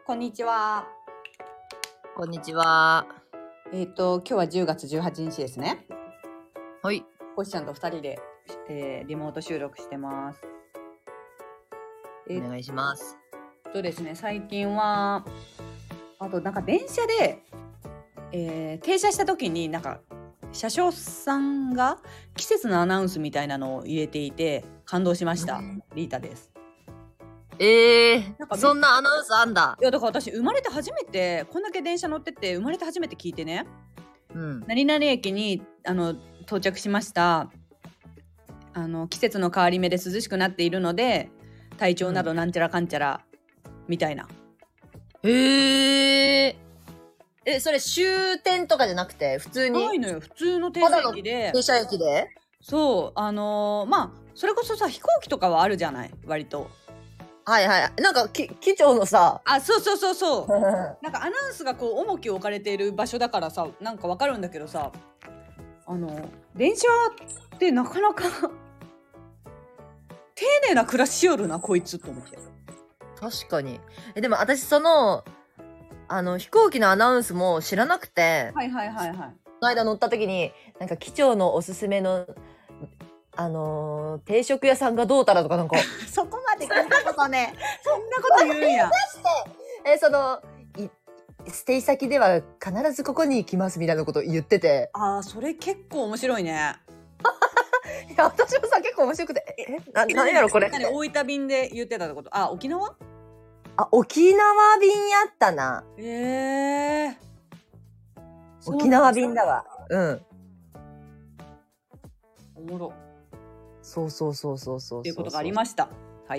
こんにちは。 こんにちは。 今日は10月18日ですね。 はい。 こしちゃんと2人で、リモート収録してます。 お願いします。 ですね、最近はあとなんか電車で、停車した時になんか車掌さんが季節のアナウンスみたいなのを入れていて感動しました。リータです。なんかそんなアナウンスあんだ。 いやだから私生まれて初めてこんだけ電車乗ってて生まれて初めて聞いてね、何々駅に到着しました。季節の変わり目で涼しくなっているので体調などなんちゃらかんちゃらみたいな。 それ終点とかじゃなくて普通に？ ないのよ、普通の停車駅で。 停車駅で？ そう、まあそれこそさ飛行機とかはあるじゃない、割と。 はいはい。なんか機長のさ、 そうなんかアナウンスがこう重きを置かれている場所だからさ、なんかわかるんだけどさ、電車ってなかなか丁寧な暮らししよるなこいつと思って。 確かに。でも私飛行機のアナウンスも知らなくて、 はい。 この間乗った時になんか機長のおすすめの定食屋さんがどうたらとかなんかそこまで聞いたことね。そんなこと言うんや。 ステイ先では必ずここに行きますみたいなこと言ってて、 それ結構面白いね。 いや私もさ結構面白くて、何やろこれ。 大分便で言ってたってこと？沖縄？ 沖縄便やったな。沖縄便だわ。 おもろ。 そうっていうことがありました。はい。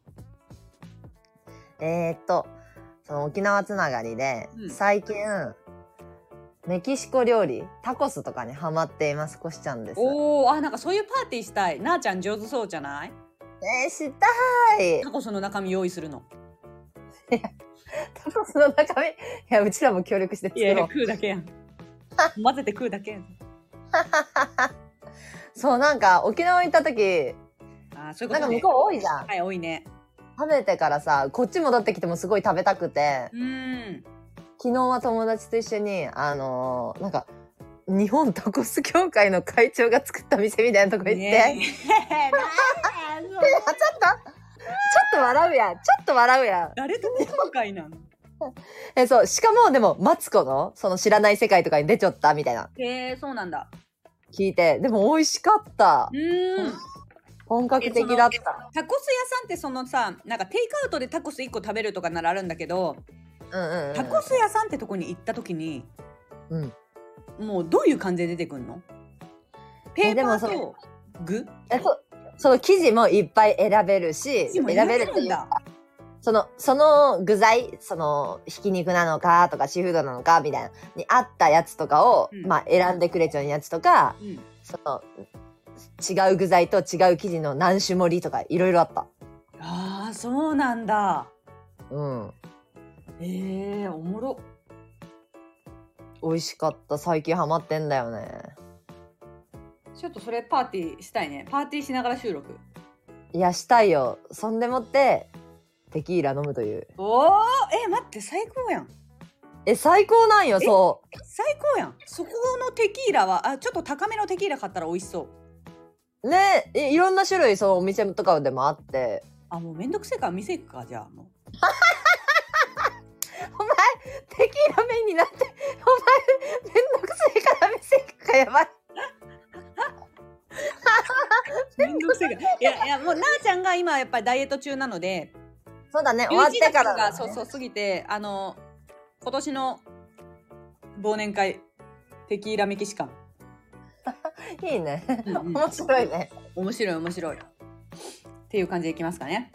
その沖縄つながりで、最近メキシコ料理タコスとかにハマっていますこしちゃんです。 なんかそういうパーティーしたい。なあちゃん上手そうじゃない？ したい。 タコスの中身用意するの。 タコスの中身、いやうちらも協力して作ろう。 いや食うだけやん。混ぜて食うだけやん。 そうなんか沖縄行った時、 そういうことね。 なんか向こう多いじゃん。 はい、多いね。 食べてからさこっち戻ってきてもすごい食べたくて、昨日は友達と一緒になんか日本タコス協会の会長が作った店みたいなとこ行って、ちょっと笑うやん。 誰と協会なの？ そうしかもでもマツコのその知らない世界とかに出ちゃったみたいな。 そうなんだ。 聞いて、でも美味しかった。本格的だった。 タコス屋さんってそのさ、なんかテイクアウトでタコス1個食べるとかならあるんだけど、タコス屋さんってとこに行った時に、もうどういう感じで出てくんの？ペーパーと具？ その生地もいっぱい選べるし、選べるっていうか、その具材、そのひき肉なのかとかシーフードなのかみたいなに合ったやつとかを、選んでくれちゃうやつとか、その違う具材と違う生地の何種盛りとかいろいろあった。 そうなんだ。おもろ。 美味しかった。最近ハマってんだよね。 ちょっとそれパーティーしたいね。パーティーしながら収録。 いやしたいよ。そんでもってテキーラ飲むという。 待って最高やん。 最高なんよ。そう最高やん。そこのテキーラはちょっと高めのテキーラ買ったら美味しそうね。いろんな種類そのお店とかでもあって、 もうめんどくせえから店行くか。じゃあもうお前テキーラメインになって、お前めんどくせえから店行くか。やばい。 めんどくせえから。いやもうなあちゃんが今やっぱりダイエット中なので。 そうだね。終わってからがそう過ぎて、今年の忘年会テキーラメキシカンいいね。面白いね。 面白いっていう感じでいきますかね。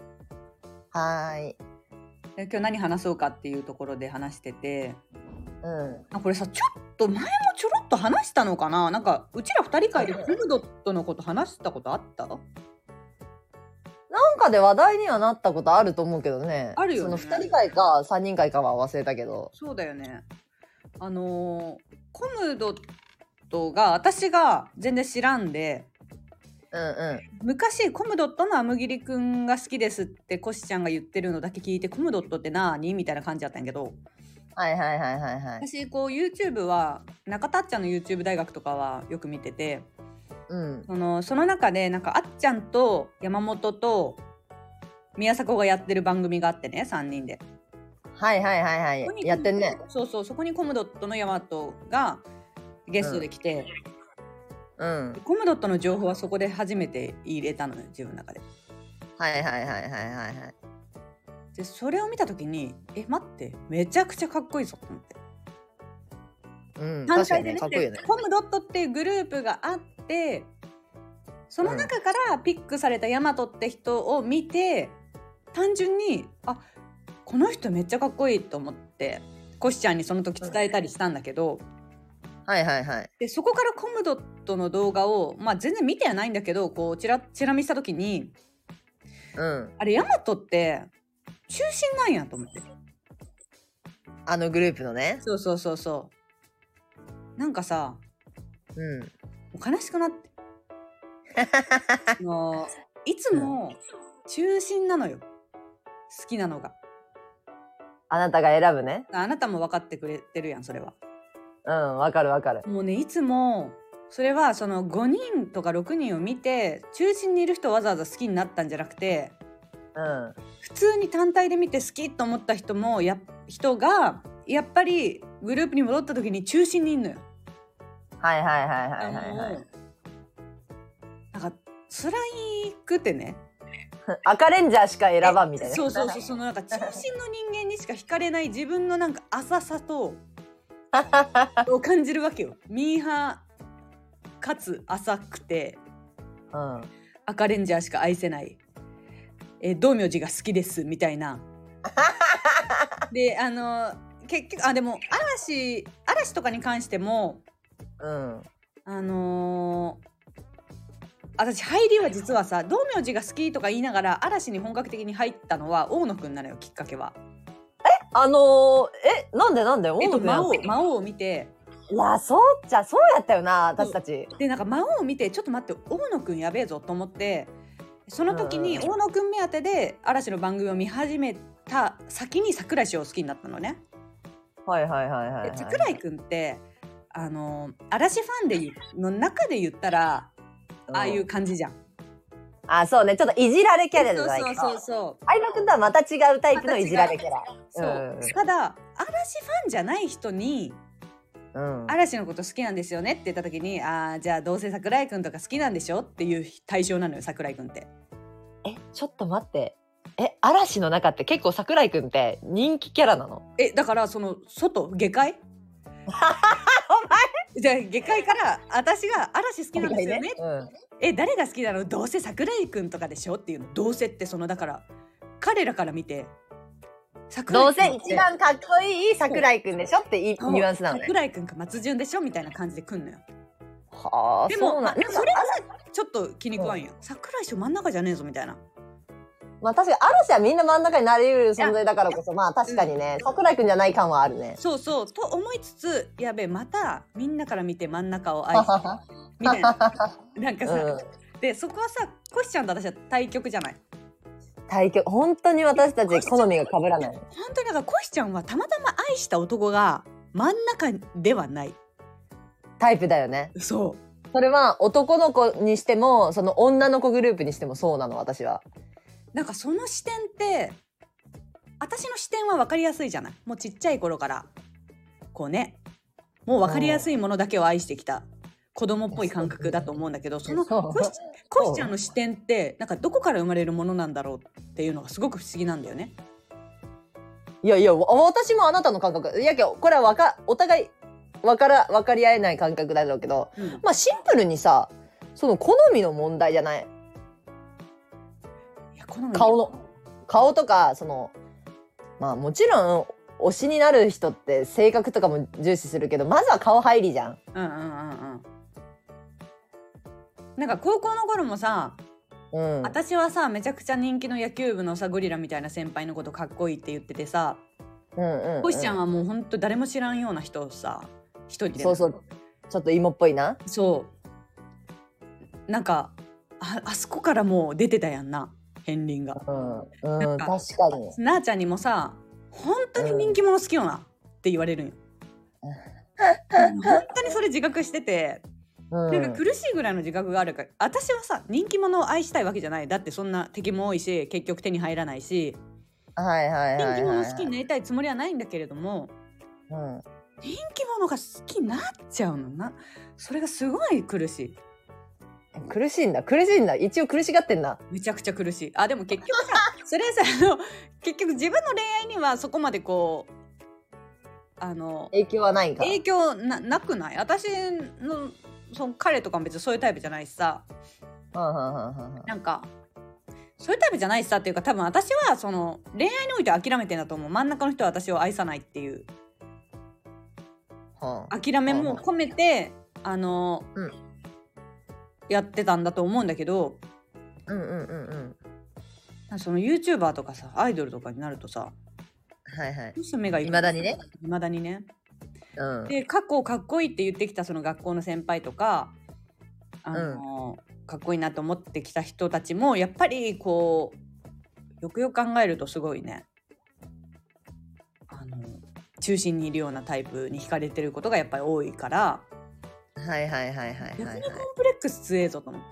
今日何話そうかっていうところで話してて、これさちょっと前もちょろっと話したのかな。なんかうちら2人会でコムドットのこと話したことあった？ なんかで話題にはなったことあると思うけどね。 あるよね。 その2人会か3人会かは忘れたけど。 そうだよね。コムドットが私が全然知らんで、 昔コムドットのあむぎりくんが好きですってコシちゃんが言ってるのだけ聞いて、コムドットって何みたいな感じだったんやけど、 はいはいはいはいはい。 私こう YouTube は中田あっちゃんの YouTube 大学とかはよく見てて、その中でなんかあっちゃんと山本と宮迫がやってる番組があってね、3人で。 はいはいはいはい。やってんね。 そうそう、そこにコムドットのヤマトがゲストで来て、コムドットの情報はそこで初めて入れたのよ、自分の中で。 はいはいはいはいはいはい。 でそれを見た時に待ってめちゃくちゃかっこいいぞと思って、 確かにね、かっこいいよね。 コムドットっていうグループがあって、その中からピックされたヤマトって人を見て、単純にこの人めっちゃかっこいいと思ってコシちゃんにその時伝えたりしたんだけど、 はいはいはい。 でそこからコムドットの動画を、全然見てはないんだけど、こうチラ見した時に、あれヤマトって中心なんやと思って、 あのグループのね。 そうそうそうそう、なんかさ、悲しくなっていつも中心なのよ、好きなのが。 あなたが選ぶね。 あなたも分かってくれてるやん、それは。 わかるわかる。 もうね、いつもそれはその5人とか6人を見て中心にいる人をわざわざ好きになったんじゃなくて、普通に単体で見て好きと思った人がやっぱりグループに戻った時に中心にいんのよ。 はいはいはいはいはいはい。 なんか辛くてね、 赤レンジャーしか選ばんみたいな。 そうそうそう、そのなんか中心の人間にしか惹かれない自分のなんか浅さとを感じるわけよ。ミーハーかつ浅くて、赤レンジャーしか愛せない、道明寺が好きですみたいなで結局でも嵐とかに関しても、私入りは実はさ、道明寺が好きとか言いながら嵐に本格的に入ったのは大野くんなのよ、きっかけは。 なんで大野くん魔王を見て、 いやそうやったよな、私たちでなんか魔王を見て、ちょっと待って大野くんやべえぞと思って、その時に大野くん目当てで嵐の番組を見始めた先に櫻井翔を好きになったのね。 はいはいはいはい、はい、 櫻井くんって嵐ファンの中で言ったらああいう感じじゃん。 そうね、ちょっといじられキャラじゃないか。 そう相葉くんとはまた違うタイプのいじられキャラ。 ただ嵐ファンじゃない人に、嵐のこと好きなんですよねって言った時に、じゃあどうせ櫻井くんとか好きなんでしょっていう対象なのよ、櫻井くんって。 ちょっと待って、嵐の中って結構櫻井くんって人気キャラなの？ だからその下界お前じゃあ下界から私が嵐好きなんですよね、誰が好きなの？どうせ櫻井くんとかでしょっていうの。どうせってそのだから彼らから見てどうせ一番かっこいい櫻井くんでしょってニュアンスなのね。 櫻井くんか松潤でしょみたいな感じで来んのよ。 でもそれがさちょっと気に食わんやん。櫻井翔真ん中じゃねえぞみたいな。 確かに嵐はみんな真ん中になりうる存在だからこそ、確かにね、櫻井くんじゃない感はあるね。 そうそうと思いつつ、やべえまたみんなから見て真ん中を愛してみたいななんかさ、でそこはさコシちゃんと私は対極じゃない。 対極、本当に私たち好みが被らない。 本当にだからコシちゃんはたまたま愛した男が真ん中ではないタイプだよね。 それは男の子にしてもその女の子グループにしてもそうなの、私は。 なんかその視点って私の視点は分かりやすいじゃない。もうちっちゃい頃からこうね、もう分かりやすいものだけを愛してきた子供っぽい感覚だと思うんだけど、そのコシちゃんの視点ってなんかどこから生まれるものなんだろうっていうのがすごく不思議なんだよね。 いや私もあなたの感覚いやけど、これはお互い分かり合えない感覚だろうけど、シンプルにさ、その好みの問題じゃない。顔とか、そのもちろん推しになる人って性格とかも重視するけど、まずは顔入りじゃん。 なんか高校の頃もさ、私はさめちゃくちゃ人気の野球部のさゴリラみたいな先輩のことかっこいいって言っててさ、コシちゃんはもうほんと誰も知らんような人をさ一人で、 そうちょっと芋っぽいな。 そうなんかあそこからもう出てたやんな、片鱗が。 確かに。 なあちゃんにもさ、本当に人気者好きよなって言われるんよ。本当にそれ自覚してて、なんか苦しいぐらいの自覚があるから、私はさ、人気者を愛したいわけじゃない。だってそんな敵も多いし、結局手に入らないし、人気者好きになりたいつもりはないんだけれども、人気者が好きになっちゃうのな。それがすごい苦しい。 苦しいんだ。一応苦しがってんだ。 めちゃくちゃ苦しい。でも結局さそれはさ、結局自分の恋愛にはそこまでこう影響はないか。 影響なくない？私のその彼とかも別にそういうタイプじゃないしさ、なんかそういうタイプじゃないしさっていうか、多分私はその恋愛において諦めてんだと思う。真ん中の人は私を愛さないっていう、諦めも込めてやってたんだと思うんだけど、その YouTuber とかさ、アイドルとかになるとさ、どうして目がいまだにね、 で過去かっこいいって言ってきたその学校の先輩とかかっこいいなと思ってきた人たちもやっぱりこうよくよく考えるとすごいね、中心にいるようなタイプに惹かれてることがやっぱり多いから、逆にコンプレックス強えぞと思って。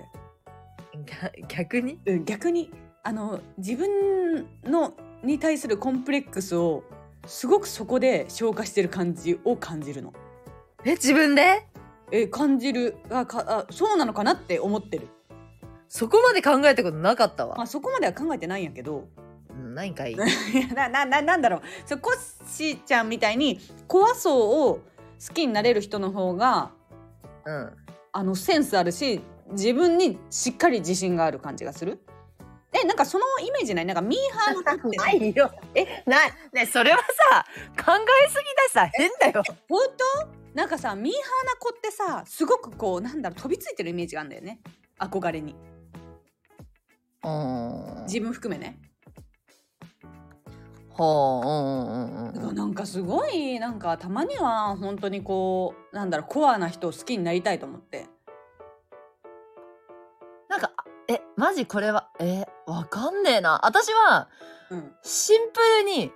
逆に自分のに対するコンプレックスをすごくそこで消化してる感じを感じるの。 自分で感じる。そうなのかなって思ってる。 そこまで考えたことなかったわ。 そこまでは考えてないんやけど、 ないんかいなんだろう、コッシーちゃんみたいに怖そうを好きになれる人の方が、センスあるし自分にしっかり自信がある感じがする。なんかそのイメージない？なんかミーハーの人ってないよ。ね、それはさ考えすぎだしさ、変だよ。 本当？なんかさ、ミーハーな子ってさ、すごくこうなんだろう、飛びついてるイメージがあるんだよね、憧れに。自分含めね。なんかすごい、なんかたまには本当にこうなんだろう、コアな人を好きになりたいと思って。 なんかマジこれはわかんねえな。私は、シンプルに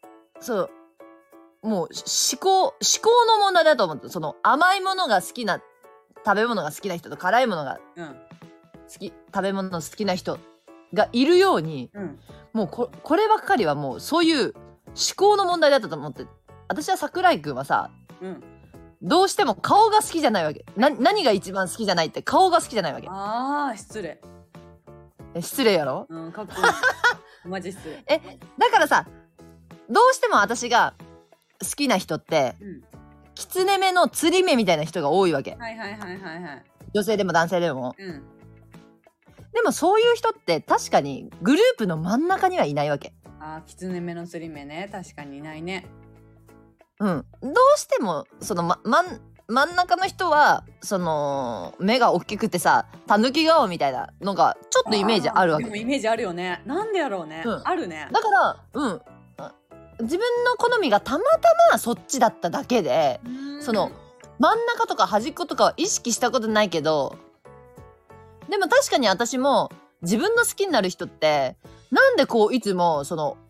もう思考の問題だと思って、その甘いものが好きな、食べ物が好きな人と辛いものが食べ物好きな人がいるように、もうこればっかりはもうそういう思考の問題だったと思って。私は桜井くんはさ、どうしても顔が好きじゃないわけ。何が一番好きじゃないって、顔が好きじゃないわけ。 失礼。 失礼やろ？ かっこいい。マジ失礼。 だからさ、どうしても私が好きな人って、きつね目の釣り目みたいな人が多いわけ。女性でも男性でも。でもそういう人って確かにグループの真ん中にはいないわけ。 きつね目の釣り目ね、確かにいないね。 どうしてもその真ん中の人はその目が大きくてさ、たぬき顔みたいなのがちょっとイメージあるわけ。 でもイメージあるよね。なんでやろうね。あるね。 だから自分の好みがたまたまそっちだっただけで、その真ん中とか端っことかは意識したことないけど、でも確かに私も自分の好きになる人ってなんでこういつもその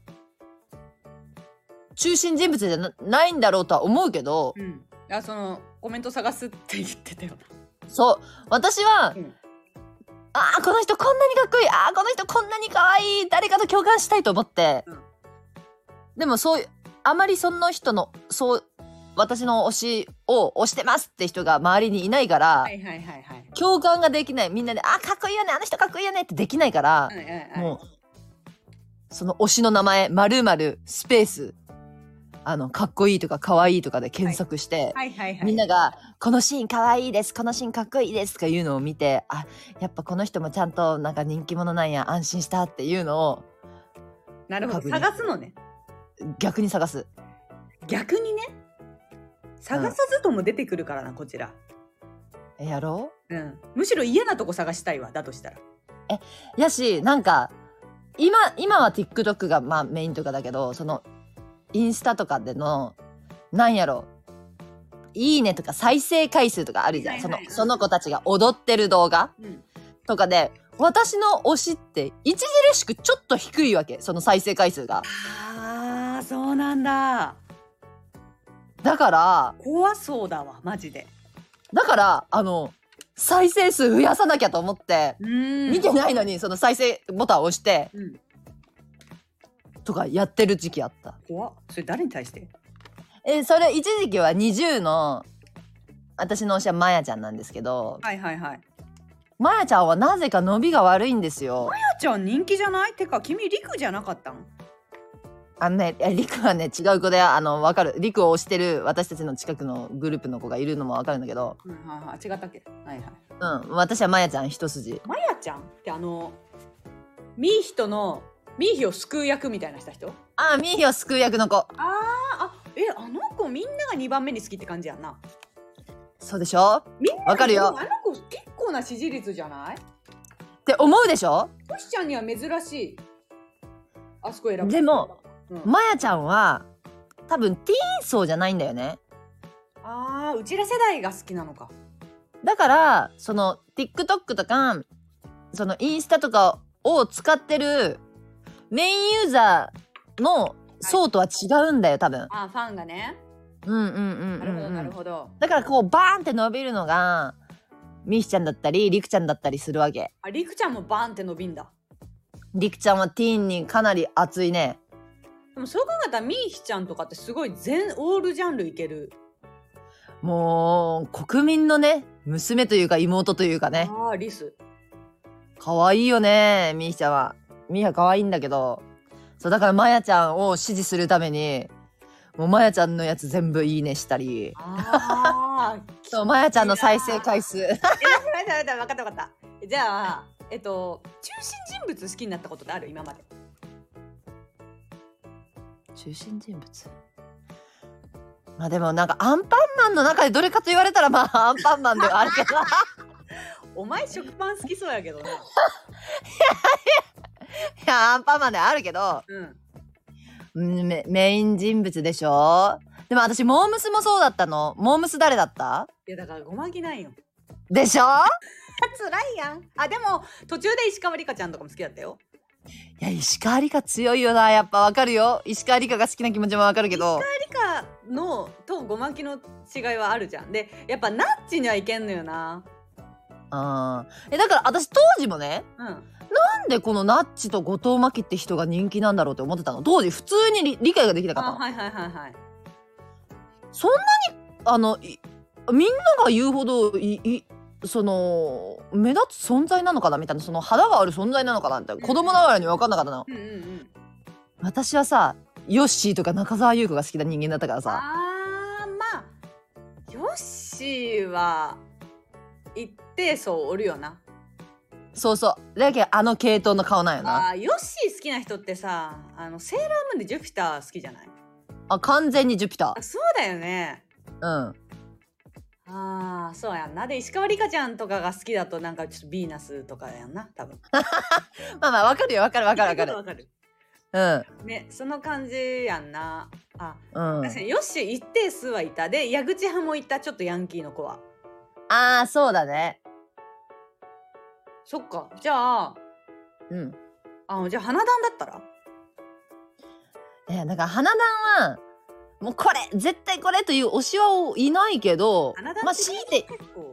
中心人物じゃないんだろうとは思うけど、 そのコメント探すって言ってたよな。 そう、私は、この人こんなにかっこいい、この人こんなに可愛い、誰かと共感したいと思って、でもそういうあまりその人の私の推しを推してますって人が周りにいないから、共感ができない。みんなでかっこいいよね、あの人かっこいいよねってできないから、もうその推しの名前〇〇スペースかっこいいとかかわいいとかで検索して、みんながこのシーンかわいいです、このシーンかっこいいですとかいうのを見て、やっぱこの人もちゃんとなんか人気者なんや、安心したっていうのを、 なるほど、探すのね。 逆に探す。 逆にね、探さずとも出てくるからな、こちら。 やろう？ むしろ嫌なとこ探したいわ、だとしたら。 やし、なんか今は TikTok がメインとかだけど、そのインスタとかでのなんやろ、いいねとか再生回数とかあるじゃん。その子たちが踊ってる動画とかで私の推しって著しくちょっと低いわけ、その再生回数が。 あー、そうなんだ。 だから怖そうだわ、マジで。 再生数増やさなきゃと思って見見てないのにその再生ボタンを押してとかやってる時期あった。 怖っ。それ誰に対して？ それ一時期は20の私の推しはまやちゃんなんですけど、 はいはいはい。 まやちゃんはなぜか伸びが悪いんですよ。 まやちゃん人気じゃない？てか君リクじゃなかったの？ リクはね違う子で、わかる。リクを推してる私たちの近くのグループの子がいるのもわかるんだけど、 はいはい、違ったっけ？はいはい。 私はまやちゃん一筋。 まやちゃんってミーヒとのミーヒを救う役みたいなした人？ ミーヒを救う役の子。 あの子みんなが2番目に好きって感じやんな。 そうでしょ？ みんなわかるよ。 あの子結構な支持率じゃない？ って思うでしょ？ トシちゃんには珍しい。あそこ選ぶ。 でも、まやちゃんは多分ティーン層じゃないんだよね。 うちら世代が好きなのか。 だからその TikTok とかそのインスタとかを使ってるメインユーザーの層とは違うんだよ多分。 ファンがね。なるほどなるほど。 だからこうバーンって伸びるのがみーひちゃんだったりりくちゃんだったりするわけ。 りくちゃんもバーンって伸びんだ。 りくちゃんはティーンにかなり熱いね。 でもそう考えたらみーひちゃんとかってすごい全オールジャンルいける。 もう国民のね娘というか妹というかね。 リス可愛いよね。みーひちゃんは可愛いんだけど、そうだからまやちゃんを支持するためにもうまやちゃんのやつ全部いいねしたりそうまやちゃんの再生回数分かった分かった。じゃあ中心人物好きになったことってある？今まで中心人物、まあでもなんかアンパンマンの中でどれかと言われたらまあアンパンマンではあるけどお前食パン好きそうやけどな。いやアンパンマンではあるけど、メイン人物でしょ。でも私モームスもそうだったの。モームス誰だった？ いやだからごまぎないよ。 でしょ辛いやん。でも途中で石川梨花ちゃんとかも好きだったよ。 いや石川梨花強いよな。やっぱわかるよ。石川梨花が好きな気持ちもわかるけど、 石川梨花のとごまきの違いはあるじゃん。でやっぱナッチにはいけんのよな。 だから私当時もね、なんでこのナッチと後藤真希って人が人気なんだろうって思ってたの。当時普通に理解ができなかったの。 はいはいはいはい。 そんなにみんなが言うほどその目立つ存在なのかなみたいな、その肌がある存在なのかなって子供ながらに分かんなかったの。私はさヨッシーとか中澤優子が好きな人間だったからさ。 まあヨッシーは一定層おるよな。 そうそうだけど系統の顔なんよな。 ヨッシー好きな人ってさセーラームーンでジュピター好きじゃない？ 完全にジュピター。 そうだよね。そうやんな。で石川梨花ちゃんとかが好きだとなんかちょっとヴィーナスとかやんな多分まあ分かるよ分かるね、その感じやんな。確かにヨッシー一定数はいた。で矢口派もいた、ちょっとヤンキーの子は。 そうだね。 そっか。じゃあじゃあ花壇だったらだから花壇はもうこれ絶対これという推しはいないけど、まあ強いて結構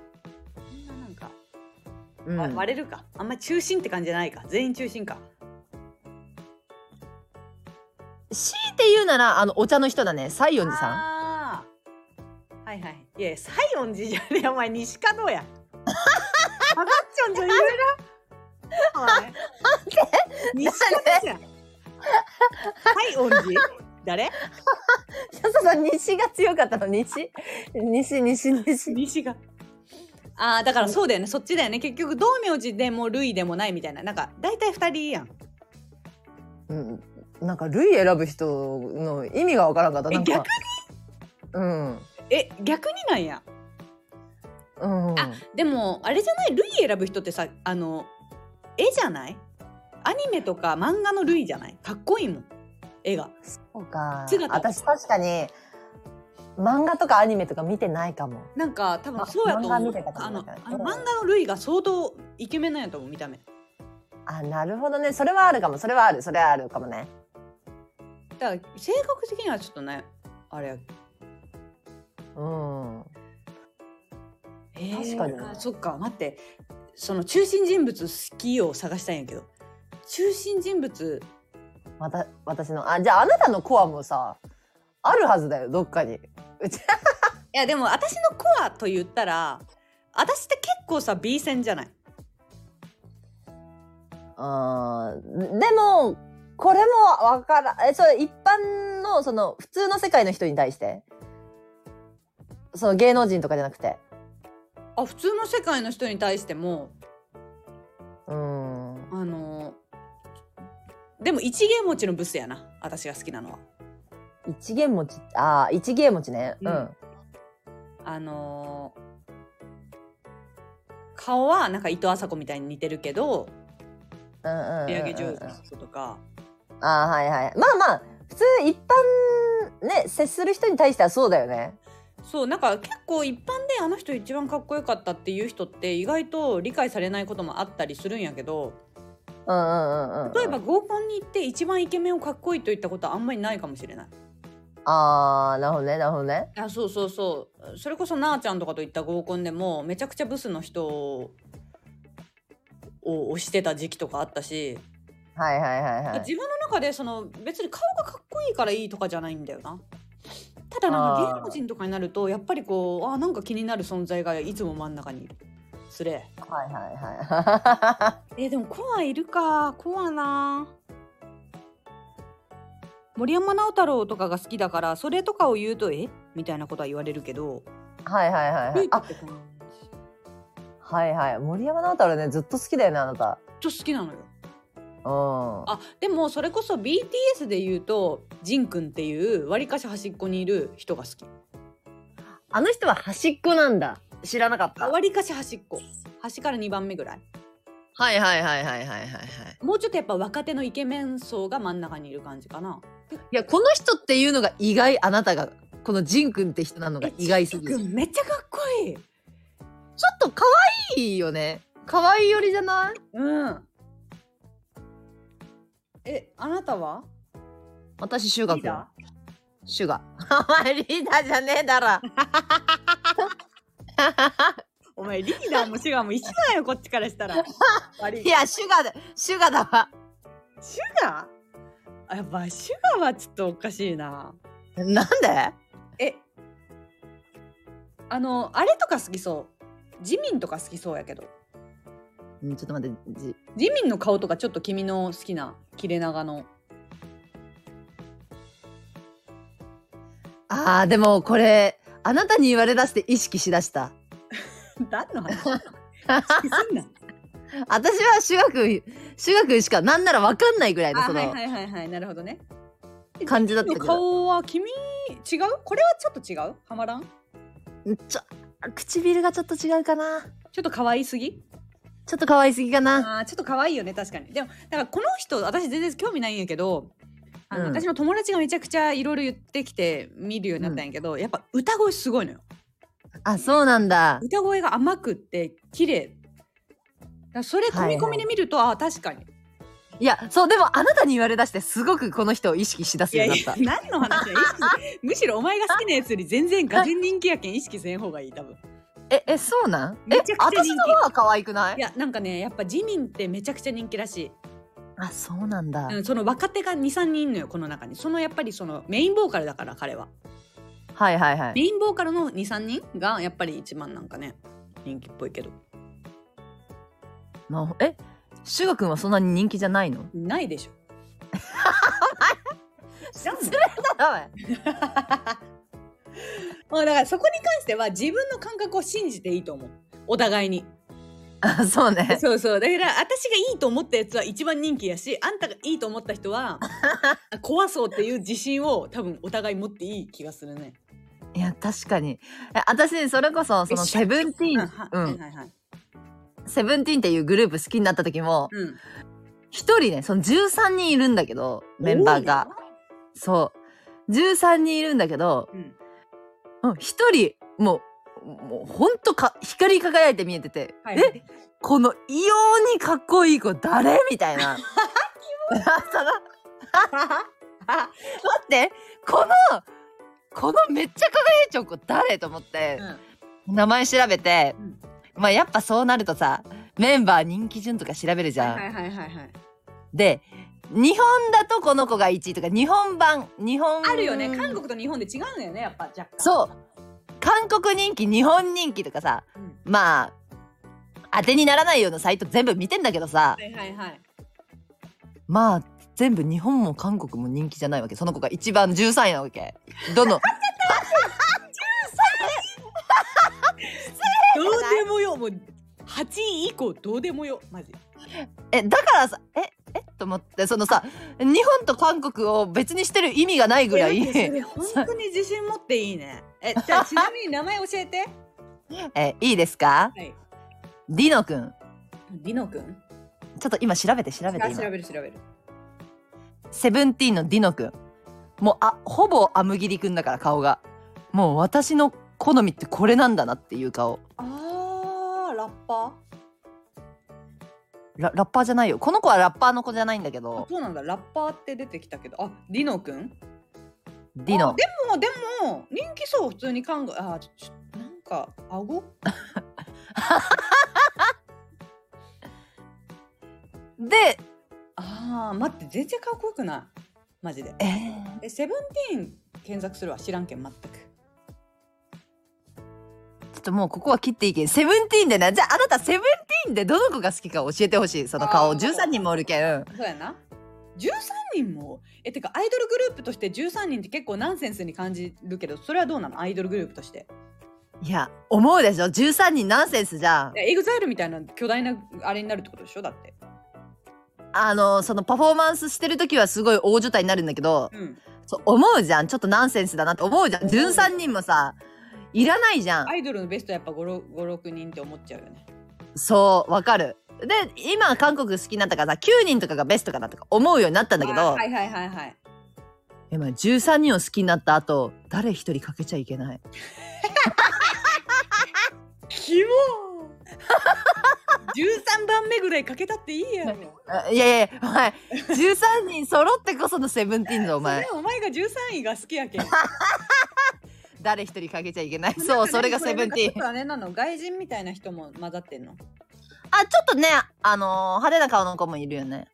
なんか割れるか。あんまり中心って感じじゃないか。全員中心か。 強いて言うならお茶の人だね。西園寺さん。 はいはい。いや西園寺じゃねえお前。西門やハガッチョンと言うなお前西門じゃん。西園寺誰？ そう西が強かったの。西がだからそうだよね。そっちだよね。結局道明寺でも類でもないみたいな。なんか大体2人やん。 なんか類選ぶ人の意味がわからんかった。なんか逆に逆になんや。でもあれじゃない？類選ぶ人ってさ絵じゃない？アニメとか漫画の類じゃない？かっこいいもん絵が。 そうか。私確かに漫画とかアニメとか見てないかも。 なんか多分そうやと思う。漫画の類が相当イケメンなんやと思う、見た目。 あ、なるほどね。それはあるかも。それはあるかもね。 だから性格的にはちょっとね、あれや。 うん。確かに。 あ、そっか、待って。その中心人物好きを探したいんやけど。中心人物。 私の、じゃああなたのコアもさ、あるはずだよ、どっかに。いや、でも私のコアと言ったら、私って結構さ、B 線じゃない。 でも、これもわからん。それ一般の、その、普通の世界の人に対して。その芸能人とかじゃなくて。 あ、普通の世界の人に対しても、でも一芸持ちのブスやな、私が好きなのは。 一芸持ちね。うん。 顔はなんか伊藤麻子みたいに似てるけど、 仕上げ上手な人とか。 はいはい。まあまあ、普通一般ね、接する人に対してはそうだよね。 そう、なんか結構一般であの人一番かっこよかったっていう人って意外と理解されないこともあったりするんやけど、例えば合コンに行って一番イケメンをかっこいいと言ったことはあんまりないかもしれない。 なるほどね、なるほどね。 そうそうそう。それこそなあちゃんとかといった合コンでもめちゃくちゃブスの人を推してた時期とかあったし、 はいはいはいはい。 自分の中でその別に顔がかっこいいからいいとかじゃないんだよな。ただなんか芸能人とかになるとやっぱりこうなんか気になる存在がいつも真ん中にいる。それ。 はいはいはい。 でもコアいるか。コアな。森山直太朗とかが好きだからそれとかを言うとみたいなことは言われるけど。 はいはいはいはい。はいはい。森山直太朗ね、ずっと好きだよね、あなた。 ずっと好きなのよ。 あ、 でもそれこそ BTS で言うとジンくんっていうわりかし端っこにいる人が好き。 あの人は端っこなんだ。知らなかった。 わりかし端っこ。端から2番目ぐらい。 はいはいはいはいはいはい。 もうちょっとやっぱ若手のイケメン層が真ん中にいる感じかな。 いや、この人っていうのが意外。あなたがこのジンくんって人なのが意外すぎる。 ジンくんめっちゃかっこいい。ちょっと可愛いよね。可愛い寄りじゃない？ うん。あなたは？ 私、シュガ君。シュガ。お前リーダーじゃねえだろ。 お前リーダーもシュガーも一緒だよ、こっちからしたら。いや、シュガだわ。 シュガー？やっぱシュガーはちょっとおかしいな。 なんで？ あれとか好きそう。ジミンとか好きそうやけど。 ちょっと待って。 ジミンの顔とかちょっと君の好きな切れ長の。 でもこれあなたに言われだして意識しだした。 何の話？意識すんな。 私はシュガ君しかなんなら分かんないぐらいのそのはいなるほどね。 感じだったけど。 顔は君違う？これはちょっと違う？はまらん？ 唇がちょっと違うかな。 ちょっと可愛すぎ？ ちょっと可愛すぎかな。 ちょっと可愛いよね、確かに。でもだからこの人私全然興味ないんやけど、私の友達がめちゃくちゃいろいろ言ってきて見るようになったんやけど、やっぱ歌声すごいのよ。 そうなんだ。 歌声が甘くって綺麗。それ込み込みで見ると、確かに。 いや、そう、でもあなたに言われだしてすごくこの人を意識しだすようになった。 何の話や。むしろお前が好きなやつより全然がぜ人気やけん意識せん方がいい、多分。 そうなん？ めちゃくちゃ人気。 私の方が可愛くない？ いや、なんかね、やっぱジミンってめちゃくちゃ人気らしい。 そうなんだ。 その若手が 2,3 人いんのよ、この中に。そのやっぱりそのメインボーカルだから、彼は。 はいはいはい。 メインボーカルの 2,3 人がやっぱり一番なんかね、人気っぽいけど。 シュガ君はそんなに人気じゃないの？ ないでしょ。 失礼だわ。だからそこに関しては自分の感覚を信じていいと思う。お互いに。 そうね。 そうそう。だから私がいいと思ったやつは一番人気やし、あんたがいいと思った人は怖そうっていう自信を多分お互い持っていい気がするね。 いや、確かに。私それこそそのセブンティーン、セブンティーンっていうグループ好きになった時も、一人ね、その13人いるんだけど、メンバーが。そう。13人いるんだけど、一人、ももうほんと光り輝いて見えてて、 はいはい、 この異様にかっこいい子誰みたいな。その待って、このめっちゃ輝いちゃう子誰と思って、名前調べて、まあやっぱそうなるとさ、メンバー人気順とか調べるじゃん。で、日本だとこの子が1位とか、日本あるよね。韓国と日本で違うんだよね、やっぱ若干。 そう。韓国人気、日本人気とかさ、まあ、当てにならないようなサイト全部見てんだけどさ、まあ、全部日本も韓国も人気じゃないわけ。その子が一番13位なわけ。どうでもよ、もう8位以降どうでもよ、マジ。 だからさ、と思って、そのさ、日本と韓国を別にしてる意味がないぐらい。 本当に自信持っていいね。じゃあちなみに名前教えて。 いいですか？はい。ディノくん。 ディノくん？ ちょっと今調べて今。 調べる。 セブンティーンのディノくん。もうほぼアムギリくんだから顔が。もう私の好みってこれなんだなっていう顔。 ラッパー？ ラッパーじゃないよ。この子はラッパーの子じゃないんだけど。 そうなんだ。ラッパーって出てきたけど、ディノくん？ ディノ。 でも人気そう、普通になんか顎？ で、 待って、全然かっこよくない。マジで。セブンティーン検索するわ。知らんけん全く。 ちょっともうここは切っていいけん。セブンティーンでね。じゃああなたセブンティーンでどの子が好きか教えてほしい。その顔。13人もおるけん。 そうやな。13人もてかアイドルグループとして13人って結構ナンセンスに感じるけど、それはどうなの？アイドルグループとして。 いや、思うでしょ。13人ナンセンスじゃん。 エグザイルみたいな巨大なあれになるってことでしょ。だってそのパフォーマンスしてる時はすごい大所帯になるんだけど、そう思うじゃん。ちょっとナンセンスだなって思うじゃん。13人もさいらないじゃん。 アイドルのベストやっぱ5、6人って思っちゃうよね。 そう、わかる。で、今韓国好きになったからさ、9人とかがベストかなとか思うようになったんだけど、今13人を好きになった後、誰一人かけちゃいけない。 キモ13番目ぐらいかけたっていいやろ。 いやお前13人揃ってこそのセブンティーンだお前。 お前が13位が好きやけん。 誰一人かけちゃいけない。そう、それがセブンティーン。 あれなの？外人みたいな人も混ざってんの？ ちょっとね、派手な顔の子もいるよね。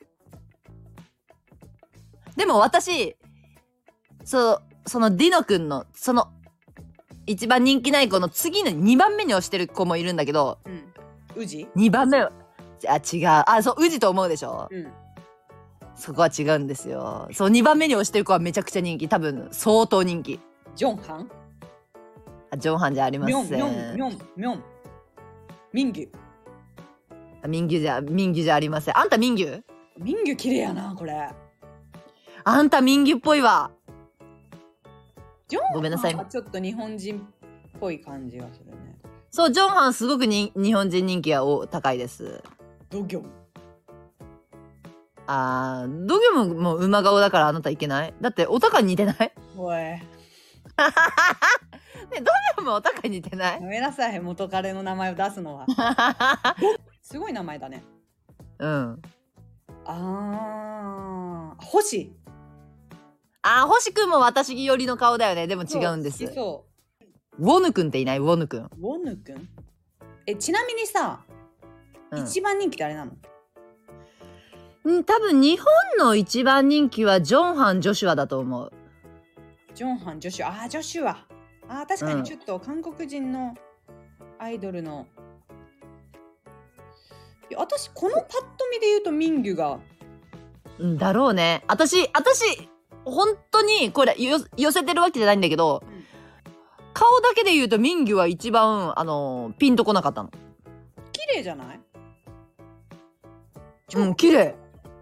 でも私、そのディノくんの、その、一番人気ない子の次の2番目に推してる子もいるんだけど、 宇治 ?2 番目は、違う。そう、宇治と思うでしょ？そこは違うんですよ。そう、2番目に推してる子はめちゃくちゃ人気。多分、相当人気。 ジョンハン？ ジョンハンじゃありません。 ミョン。ミンギュ。 ミンギュじゃありません。あんたミンギュ？ ミンギュ綺麗やな、これ。 あんたミンギュっぽいわ。 ジョンハンごめんなさい。 ちょっと日本人っぽい感じがするね。 そう、ジョンハンすごく日本人人気が高いです。 ドギョン。 ドギョンも馬顔だからあなたいけない？だってお高に似てない？ おい。 ね、ドギョンもお高に似てない？ ごめんなさい、元彼の名前を出すのは。すごい名前だね。星。 星くんも私寄りの顔だよね。でも違うんです。ウォヌくんっていない？ウォヌくん。 ちなみにさ、一番人気ってあれなの？ 多分日本の一番人気はジョンハン・ジョシュアだと思う。 ジョンハン・ジョシュア。ジョシュア。確かにちょっと韓国人のアイドルの、私このパッと見で言うとミンギュがだろうね。私本当にこれ寄せてるわけじゃないんだけど、顔だけで言うとミンギュは一番ピンとこなかったの。 綺麗じゃない？ 綺麗。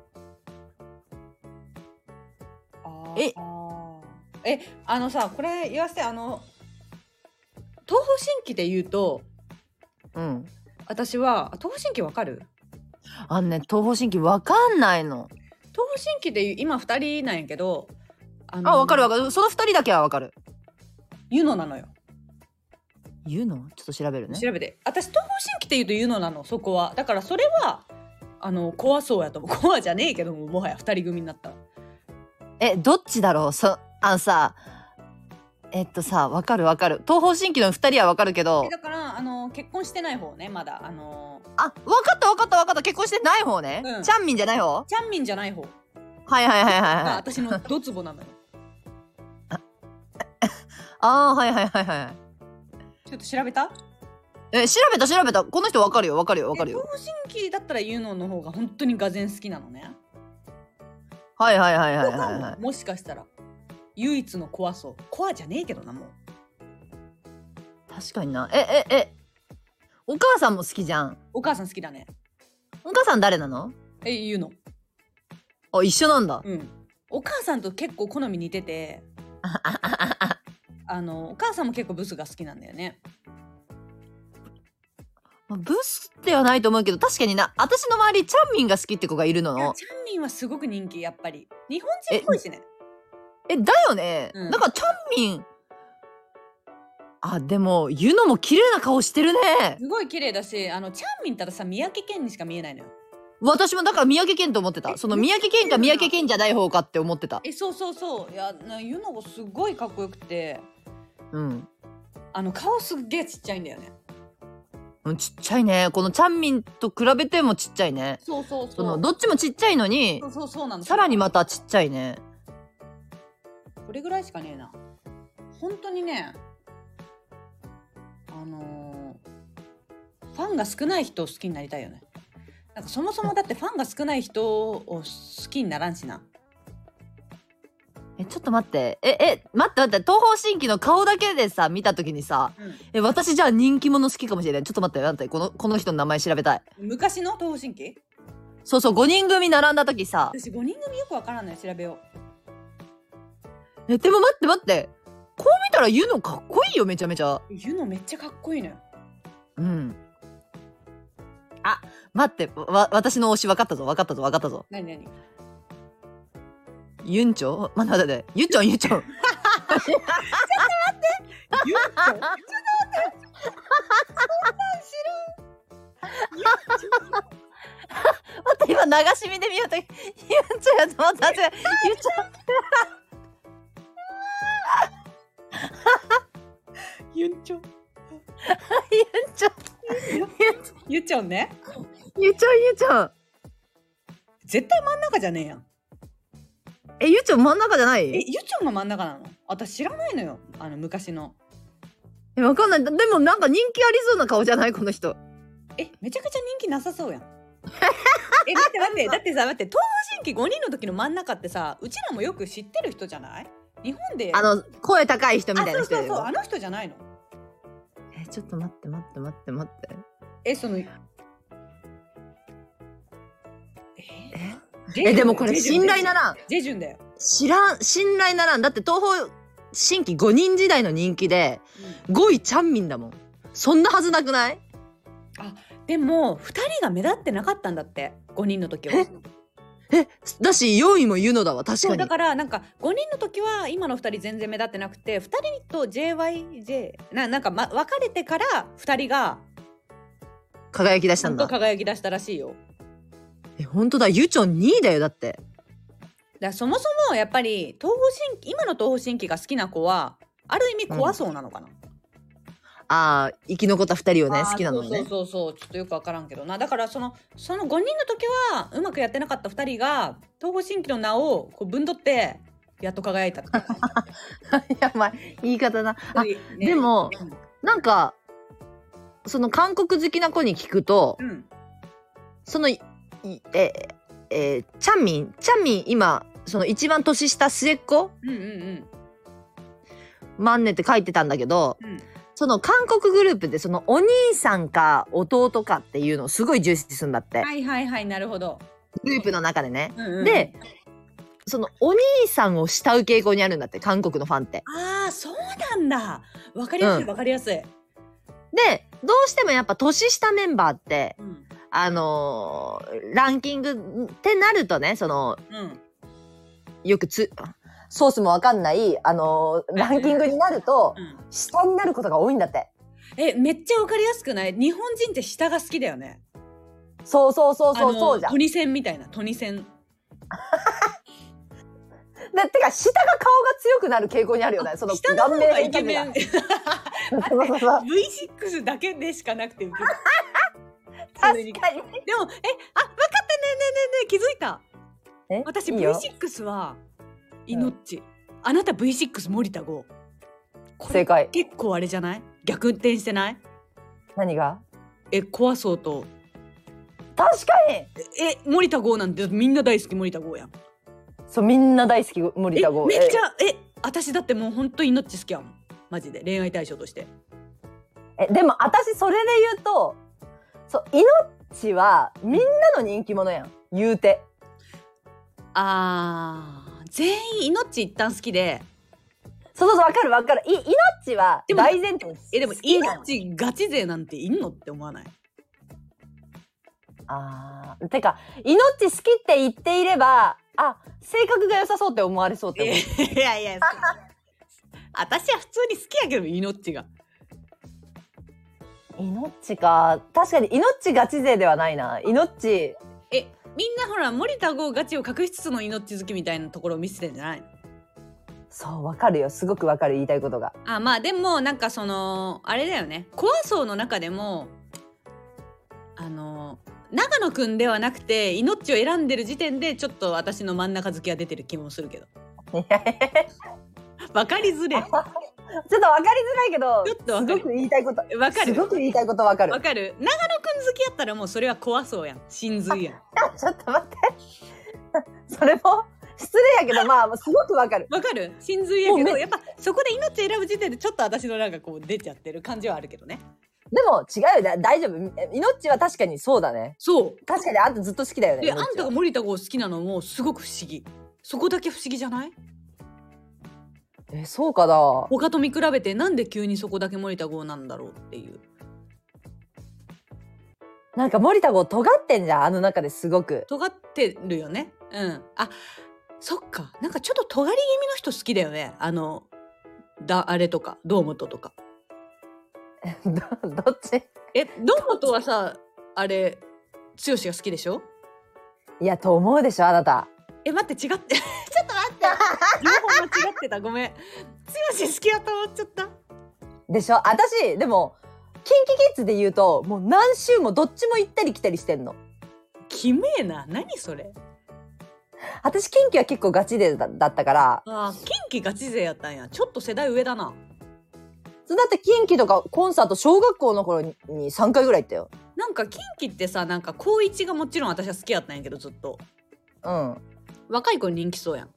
さ、これ言わせて、東方神起で言うと、私は東方神起わかる？ 東方神起わかんないの。 東方神起で今2人なんやけど、 わかる。その2人だけはわかる。 ユノなのよ。 言うのちょっと調べるね。 調べて。私東方神起って言うとユノなの、そこは。だからそれは怖そうやと思う。怖じゃねえけども、もはや2人組になったら。 どっちだろう。さ、わかるわかる。東方神起の2人はわかるけど。 だから結婚してない方ね、まだわかったわかったわかった。結婚してない方ね。チャンミンじゃない方。 チャンミンじゃない方。 はいはいはいはいはい。 私のドツボなのよ。 はいはいはいはい。 ちょっと調べた？ 調べた。この人わかるよわかるよ。 東方神起だったらユノの方が本当にがぜん好きなのね。 はいはいはいはいはい。 もしかしたら唯一の怖そう。怖じゃねえけどな、もう。 確かにな。お母さんも好きじゃん。 お母さん好きだね。 お母さん誰なの？ ユノ。 一緒なんだ。 うん。お母さんと結構好み似ててお母さんも結構ブスが好きなんだよね。 ブスではないと思うけど、確かにな、私の周りチャンミンが好きって子がいるの。 チャンミンはすごく人気、やっぱり日本人っぽいしね。 だよね、だからチャンミン、でもユノも綺麗な顔してるね。 すごい綺麗だし、チャンミンたださ、三宅健にしか見えないのよ。 私もだから三宅健と思ってた。その三宅健か三宅健じゃない方かって思ってた。 そういや、ユノがすごいかっこよくて、顔すっげえちっちゃいんだよね。 ちっちゃいね。このチャンミンと比べてもちっちゃいね。 そうどっちもちっちゃいのに、 そうなの。 さらにまたちっちゃいね。 これぐらいしかねえな。本当にね、ファンが少ない人を好きになりたいよね。なんかそもそもだってファンが少ない人を好きにならんしな。 ちょっと待って。待って。東方神起の顔だけでさ、見たときにさ、私じゃあ人気者好きかもしれない。ちょっと待って。この人の名前調べたい。 昔の東方神起？ そう5人組並んだときさ。 私5人組よくわからんのよ。調べよう。でも待って。こう見たらユノかっこいいよ、めちゃめちゃ。 ユノめっちゃかっこいいのよ。 待って。私の推し分かったぞ。 何ユンチョ？待って。ユチョン。ちょっと待って。 ユンチョン？ちょっと待って。そんなん知らん。 待って、今流し見で見ようと。ユンチョンやと思った。ユチョン。 ユンチョン。ユチョンね。 ユチョン。 絶対真ん中じゃねえやん。 ユチョン真ん中じゃない？ ユチョンが真ん中なの？私知らないのよ。昔の。 わかんない。でもなんか人気ありそうな顔じゃない？この人。 めちゃくちゃ人気なさそうやん。待って。だってさ、東方神起5人の時の真ん中ってさ、うちらもよく知ってる人じゃない？日本で。 声高い人みたいな人。 そう、あの人じゃないの？ ちょっと待って。でもこれ信頼ならん。 ジェジュンだよ。 信頼ならん。だって東方神起5人時代の人気で、5位チャンミンだもん。そんなはずなくない？ でも2人が目立ってなかったんだって、5人の時は。 だし4位もユノだわ。確かに。 だからなんか5人の時は今の2人全然目立ってなくて、2人と JYJ なんか、別れてから2人が輝き出したんだ。 輝き出したらしいよ。 本当だ。ユチョン2位だよ。だってそもそもやっぱり今の東方神起が好きな子はある意味怖そうなのかな。 生き残った2人をね好きなのね。 そうちょっとよく分からんけどな。だからその5人の時はうまくやってなかった2人が東方神起の名をこうぶんどってやっと輝いたってやばい言い方な。でもなんかその韓国好きな子に聞くと、そのチャンミン今その一番年下末っ子、マンネって書いてたんだけど、その韓国グループでそのお兄さんか弟かっていうのをすごい重視するんだって。 なるほど。 グループの中でね。でそのお兄さんを慕う傾向にあるんだって、韓国のファンって。 そうなんだ。わかりやすい。でどうしてもやっぱ年下メンバーって、ランキングってなるとね、よくソースもわかんないランキングになると、下になることが多いんだって。 めっちゃわかりやすくない？日本人って下が好きだよね。 そうそうそうそうそうじゃん。 トニセンみたいな、トニセン。 てか下が顔が強くなる傾向にあるよね。その下の方がイケメン。 V6 V6 だけでしかなくてウケる。 確かに。 でも、分かったねねねね気づいた。私いいよ V6 はイノッチ。あなた V6 森田剛。 正解。 結構あれじゃない？逆転してない？ 何が？ 怖そうと。 確かに。 森田剛なんてみんな大好き森田剛やん。 そう、みんな大好き森田剛。 めっちゃ私だってもう本当にイノッチ好きやもん。マジで恋愛対象として。 でも私それで言うと、そうイノッチはみんなの人気者やん。言うて。 全員イノッチ一旦好きで。 そうそうそう、わかるわかる。イノッチは大前提。 でもイノッチガチ勢なんていんのって思わない？ てかイノッチ好きって言っていれば、性格が良さそうって思われそうって思う。 いや私は普通に好きやけどイノッチが。 イノッチか。確かにイノッチガチ勢ではないな。イノッチ。 みんなほら森田剛ガチを隠しつつのイノッチ好きみたいなところを見せてんじゃないの？ そうわかるよ。すごくわかる、言いたいことが。 まあでもなんかそのあれだよね。コア層の中でも長野くんではなくてイノッチを選んでる時点でちょっと私の真ん中好きが出てる気もするけど。わかりづれ。 ちょっとわかりづらいけど、 ちょっとすごく言いたいことわかる。 すごく言いたいことわかる。 わかる。長野くん好きやったらもうそれはコア層やん。真髄やん。 ちょっと待って。それも失礼やけど、まあすごくわかる。 わかる。真髄やけどやっぱそこで命選ぶ時点でちょっと私のなんかこう出ちゃってる感じはあるけどね。 でも違うよ、大丈夫。イノッチは確かにそうだね。 そう。 確かにあんたずっと好きだよね。 であんたが森田剛好きなのもすごく不思議。そこだけ不思議じゃない？ そうかな。 他と見比べてなんで急にそこだけ森田剛なんだろうっていう。 なんか森田剛尖ってんじゃん、あの中ですごく。 尖ってるよね。そっか。なんかちょっと尖り気味の人好きだよね。あれとか堂本とか。 どっち？ 堂本はさ、あれ剛が好きでしょ？ いやと思うでしょあなた。 待って違ってちょっと待って両方間違ってた。ごめん。剛好きやと思っちゃった。 でしょ。私でもキンキキッズで言うともう何週もどっちも行ったり来たりしてんの。 きめえな。何それ。 私キンキは結構ガチ勢だったから。 キンキガチ勢やったんや。ちょっと世代上だな。 だってキンキとかコンサート小学校の頃に3回ぐらい行ったよ。 なんかキンキってさ、なんか高一がもちろん私は好きやったんやけどずっと。若い子に人気そうやん。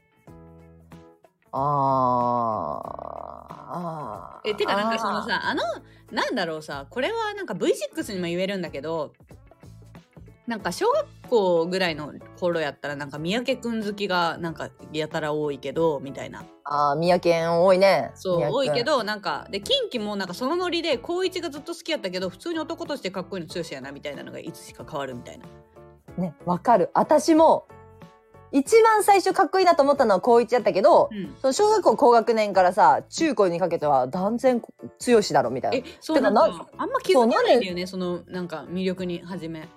てかなんかそのさなんだろうさ、これはなんか V6 にも言えるんだけど、なんか小学校ぐらいの頃やったらなんか三宅くん好きがなんかやたら多いけどみたいな。 三宅多いね。 そう多いけどなんかでキンキもなんかそのノリで高一がずっと好きやったけど普通に男としてかっこいいの剛やなみたいなのがいつしか変わるみたいな。 ね、わかる。私も一番最初かっこいいなと思ったのは高一やったけど、その小学校高学年からさ中高にかけては断然剛だろみたいな。 そうなんかあんま気づかないんだよね、そのなんか魅力に初め。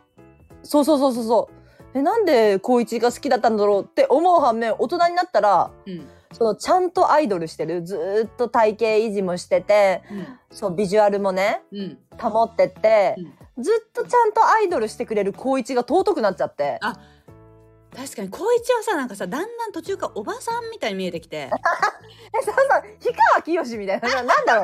そうなんで高一が好きだったんだろうって思う反面大人になったら、そのちゃんとアイドルしてる、ずーっと体型維持もしてて、そうビジュアルもね、保ってって、ずっとちゃんとアイドルしてくれる高一が尊くなっちゃって。 確かに高一はさなんかさだんだん途中からおばさんみたいに見えてきてそう氷川きよしみたいななんだろう。わかる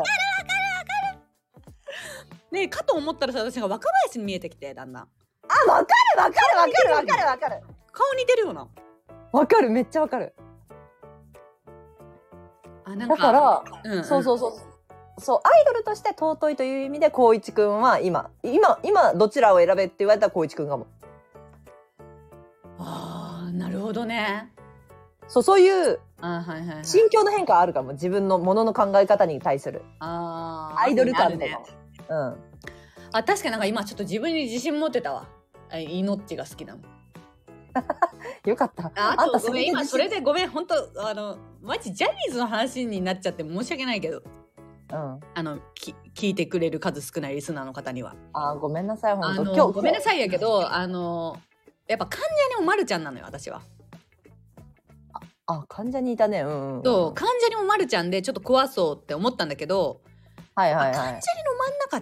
ねかと思ったらさ私が若林に見えてきてだんだん。 わかる。 顔似てるよな。 わかる、めっちゃわかる。 なんかだから、そうアイドルとして尊いという意味で光一くんは今どちらを選べって言われたら光一くんがも。 なるほどね。 そういう心境の変化あるかも、自分のものの考え方に対するアイドル感とか。 ね、確かになんか今ちょっと自分に自信持ってたわ。イノッチが好きなの。 よかった。 あんたごめん今それでごめん本当マジジャニーズの話になっちゃって申し訳ないけど。 うん。 聞いてくれる数少ないリスナーの方には。 ごめんなさい、本当。 ごめんなさいやけど、やっぱ関ジャニもまるちゃんなのよ、私は。 関ジャニいたね。うんうん。 そう、関ジャニもまるちゃんでちょっと怖そうって思ったんだけど、 はいはいはい。 関ジャニの真ん中って、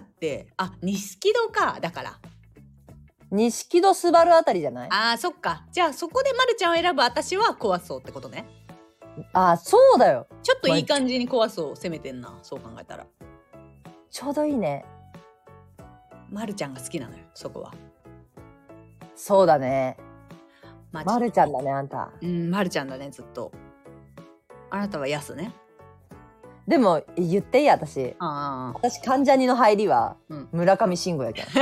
錦戸か、だから。 錦戸すばるあたりじゃない？ そっか。じゃあそこでまるちゃんを選ぶ私は怖そうってことね。 そうだよ。 ちょっといい感じに怖そう攻めてんな、そう考えたら。 ちょうどいいね。 まるちゃんが好きなのよ、そこは。 そうだね。 まるちゃんだね、あんた。 まるちゃんだね、ずっと。あなたはヤスね。 でも言っていい？私関ジャニの入りは村上信五やけん。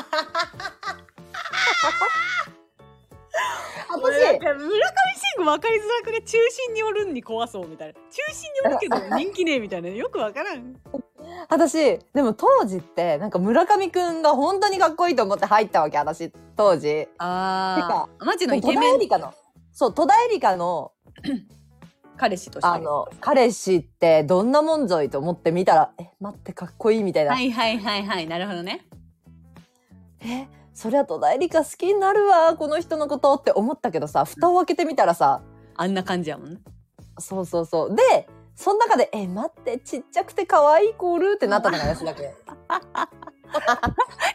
村上信五分かりづらくね、中心におるんに怖そうみたいな。中心におるけど人気ねえみたいな、よくわからん。 私でも当時ってなんか村上くんが本当にかっこいいと思って入ったわけ、私当時。てかマジのイケメン。 戸田恵梨香の彼氏として彼氏ってどんなもんぞいと思って見たら、待ってかっこいいみたいな。 はいはいはいはい、なるほどね。 そりゃ戸田恵梨香好きになるわこの人のことって思ったけどさ、蓋を開けてみたらさ、 あんな感じやもんね。 そうそうそう。でその中で待ってちっちゃくて可愛いコールってなったのが安田君。ちっちゃくて可愛い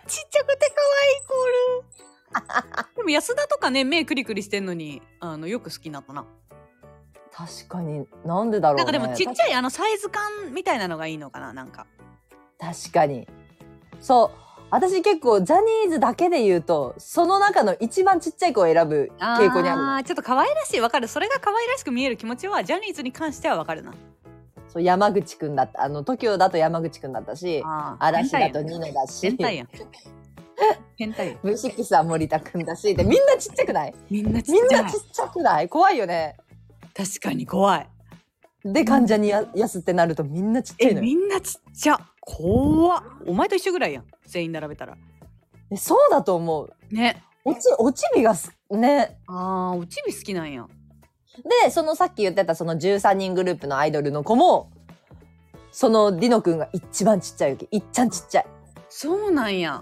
コール。でも安田とかね、目クリクリしてんのによく好きになったな。 確かに。なんでだろうね。 なんかでもちっちゃいサイズ感みたいなのがいいのかな、なんか。 確かに。そう私結構ジャニーズだけで言うとその中の一番ちっちゃい子を選ぶ傾向にある。 ちょっと可愛らしい、わかる。それが可愛らしく見える気持ちはジャニーズに関してはわかるな。 そう、山口くんだった。TOKIO だと山口くんだったし、嵐だとニノだし、 変態やん。変態。 V6 は森田くんだし、でみんなちっちゃくない？ みんなちっちゃくない？怖いよね。 確かに怖い。 で関ジャニやすってなるとみんなちっちゃいのよ。 みんなちっちゃ。怖っ。お前と一緒ぐらいやん、全員並べたら。 そうだと思うね。 おちびがね。 おちび好きなんや。 でそのさっき言ってたその13人グループのアイドルの子もそのディノくんが一番ちっちゃいわけ。いっちゃんちっちゃい。 そうなんや。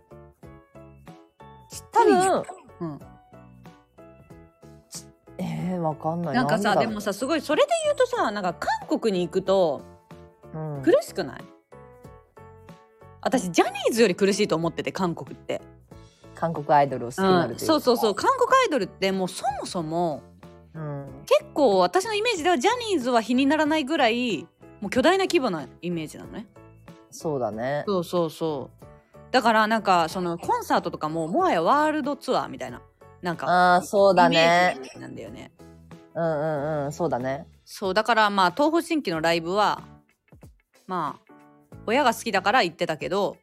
多分わかんない。 なんかさ、でもさ、すごいそれで言うとさ、なんか韓国に行くと苦しくない？私ジャニーズより苦しいと思ってて、韓国って。 韓国アイドルを好きになるというか、 そうそうそう。韓国アイドルってもうそもそも、結構私のイメージではジャニーズは比にならないぐらいもう巨大な規模なイメージなのね。 そうだね。 そうそうそう。だからなんかそのコンサートとかももはやワールドツアーみたいな、なんかそうだね。 イメージなんだよね。 そうだね。 そうだから東方神起のライブは親が好きだから行ってたけど、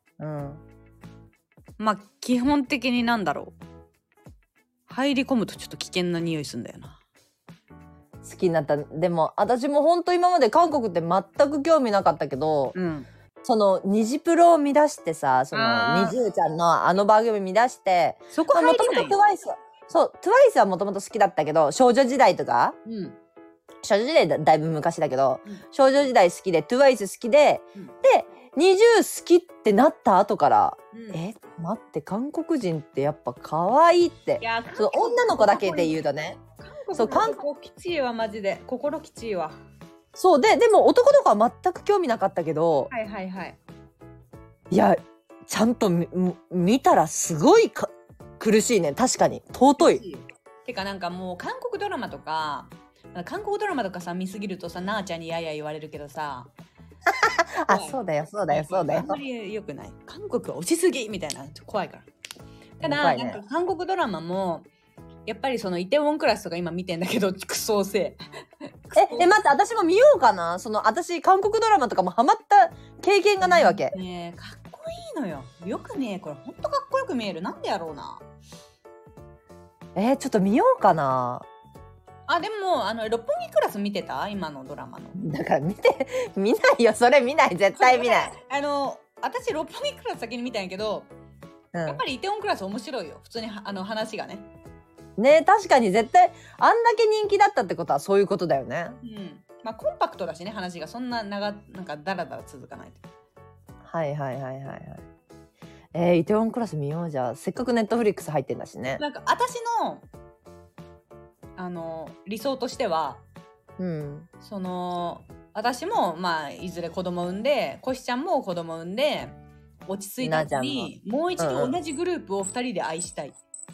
基本的になんだろう、入り込むとちょっと危険な匂いするんだよな。 好きになった。でも私も本当今まで韓国って全く興味なかったけど、そのニジプロを見出してさ、そのニジューちゃんの番組見出して、 そこ入りないよ。 もともと TWICE はもともと好きだったけど、少女時代とか、少女時代だいぶ昔だけど、少女時代好きで TWICE 好きで、で20好きってなった後から、待って韓国人ってやっぱ可愛いって。その女の子だけで言うとね、 韓国きちいわ、マジで心きちいわ。 そうでも男の子は全く興味なかったけど、いやちゃんと見たらすごい苦しいね。確かに尊い。 てかなんかもう韓国ドラマとかさ見すぎるとさ、なあちゃんにやや言われるけどさそうだよそうだよそうだよ。 あんまり良くない。韓国は落ちすぎみたいな、怖いから。ただ、なんか韓国ドラマもやっぱりそのイテウォンクラスとか今見てんだけど、クソせ待って私も見ようかな。私韓国ドラマとかもハマった経験がないわけ。 かっこいいのよ。よくね、これほんとかっこよく見える。なんでやろうな。 ちょっと見ようかな。 でも六本木クラス見てた？今のドラマの。 だから見ないよ。それ見ない。絶対見ない。 私六本木クラス先に見たんやけど、やっぱりイテウォンクラス面白いよ。普通に話がね。 ね、確かに絶対あんだけ人気だったってことはそういうことだよね。 まあコンパクトだしね、話がそんななんかダラダラ続かない。 はいはいはいはいはい。イテウォンクラス見ようじゃあ。せっかくネットフリックス入ってんだしね。 なんか私の理想としては、 うん。 その私もまあいずれ子供産んで、コシちゃんも子供産んで落ち着いた後にもう一度同じグループを2人で愛したい。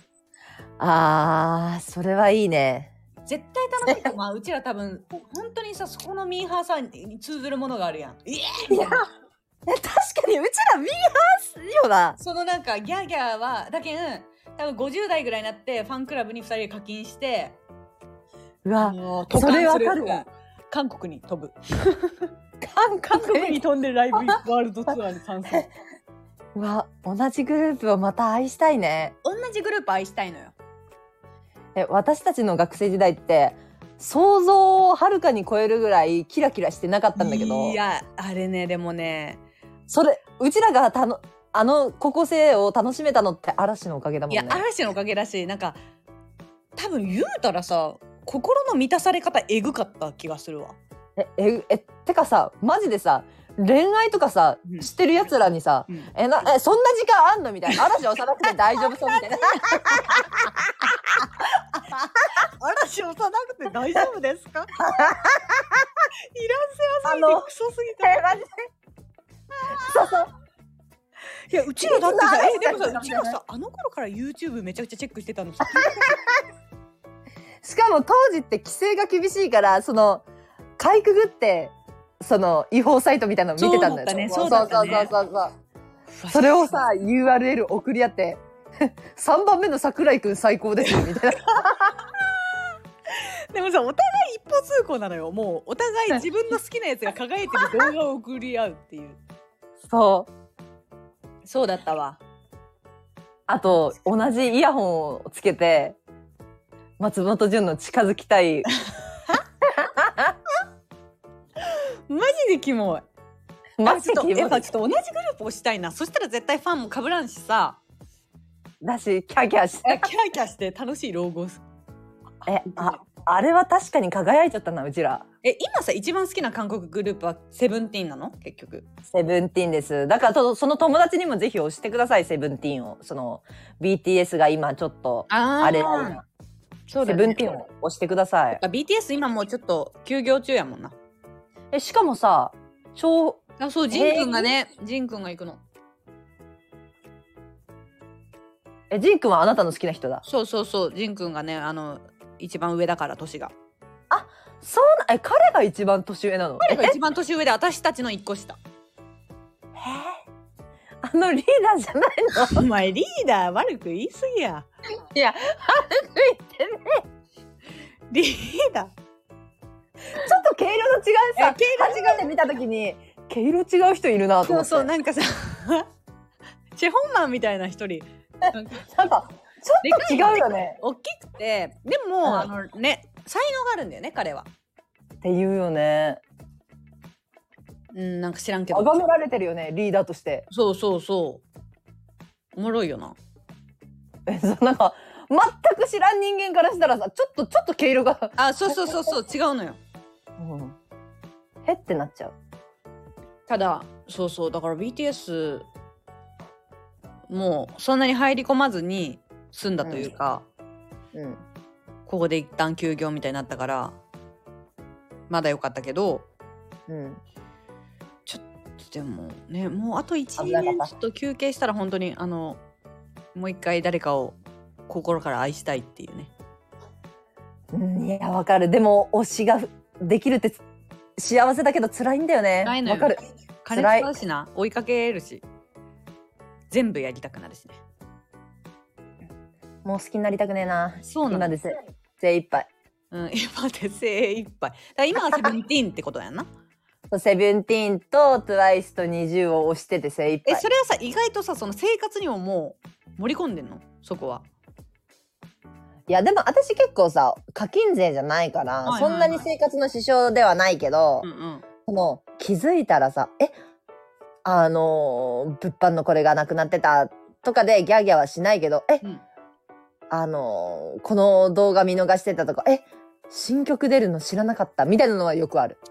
あー、それはいいね。 絶対楽しいと。まあうちら多分本当にさ、そこのミーハーさに通ずるものがあるやん。イエーみたいな。 確かにうちらミーハーっすよな。 そのなんかギャーギャーはだけん多分50代ぐらいになってファンクラブに2人で課金して、 うわ、 それわかるわ。 韓国に飛ぶ。 韓国に飛んでライブワールドツアーに参戦。 うわ、同じグループをまた愛したいね。 同じグループ愛したいのよ。 私たちの学生時代って想像をはるかに超えるぐらいキラキラしてなかったんだけど。 いや、あれね、でもね、 それうちらが高校生を楽しめたのって嵐のおかげだもんね。 いや、嵐のおかげだし、なんか多分言うたらさ、心の満たされ方えぐかった気がするわ。 てかさ、マジでさ、恋愛とかさ、知ってるやつらにさ、そんな時間あんのみたいな。嵐押さなくて大丈夫そうみたいな。 嵐押さなくて大丈夫ですか？いらんせわすぎてクソすぎて。マジで。そうそう。いや、うちらだってさ、でもさ、うちらさ、あの頃から YouTube めちゃくちゃチェックしてたんですよ。 しかも当時って規制が厳しいから、かいくぐって、違法サイトみたいなの見てたんだよ。 そうだったね。 それをさ、URL 送り合って、3番目の桜井くん最高ですみたいな。 でもさ、お互い一方通行なのよ。もうお互い自分の好きなやつが輝いてる動画を送り合うっていう。そうだったわ。 あと、同じイヤホンをつけて、松本潤の近づきたい。 マジでキモい。 マジでキモい。 やっぱちょっと同じグループをしたいな。そしたら絶対ファンも被らんしさ。 だし、キャーキャーして。 キャーキャーして楽しい老後。 あれは確かに輝いちゃったな、うちら。 今さ、一番好きな韓国グループはセブンティーンなの？結局。 セブンティーンです。だからその友達にもぜひ押してください、セブンティーンを。BTS が今ちょっと、あれだな。そうだね。セブンティーンを押してください。 BTS 今もうちょっと休業中やもんな。 しかもさ、そう、 ジンくんがね、ジンくんが行くの。 ジンくんはあなたの好きな人だ。 そうそうそう、ジンくんがね、一番上だから、年が。 あ、そうな、彼が一番年上なの？ 彼が一番年上で、私たちの一個下。 リーダーじゃないの？ お前リーダー悪く言いすぎや。 いや、悪く言ってね。 リーダー。 ちょっと毛色の違うさ、初めて見たときに毛色違う人いるなと思って。 そう、なんかさ、チェホンマンみたいな一人。 なんかちょっと違うよね。 大きくて、でも、才能があるんだよね、彼は。 って言うよね。 なんか知らんけど。 崇められてるよね、リーダーとして。 そうそうそう。おもろいよな。 なんか全く知らん人間からしたらさ、ちょっと毛色が。 そう違うのよ。 ってなっちゃう。ただ、そうだから BTS もうそんなに入り込まずに済んだというか、ここで一旦休業みたいになったからまだ良かったけど、ちょっとでもね、もうあと1年ちょっと休憩したら本当にもう一回誰かを心から愛したいっていうね。いや、わかる。でも推しができるって幸せだけど辛いんだよね。わかる。 金使うしな、追いかけるし、全部やりたくなるしね。 もう好きになりたくねえな。 そうなんです。精一杯。 今で精一杯。だ今はセブンティーンってことやんな。 セブンティーンと TWICE とNiziUを推してて精一杯。 それはさ、意外とさ、その生活にももう盛り込んでんの？そこは。 いや、でも私結構さ、課金税じゃないから、そんなに生活の支障ではないけど、気づいたらさ、物販のこれがなくなってたとかでギャーギャーはしないけど、この動画見逃してたとか、 新曲出るの知らなかったみたいなのはよくある。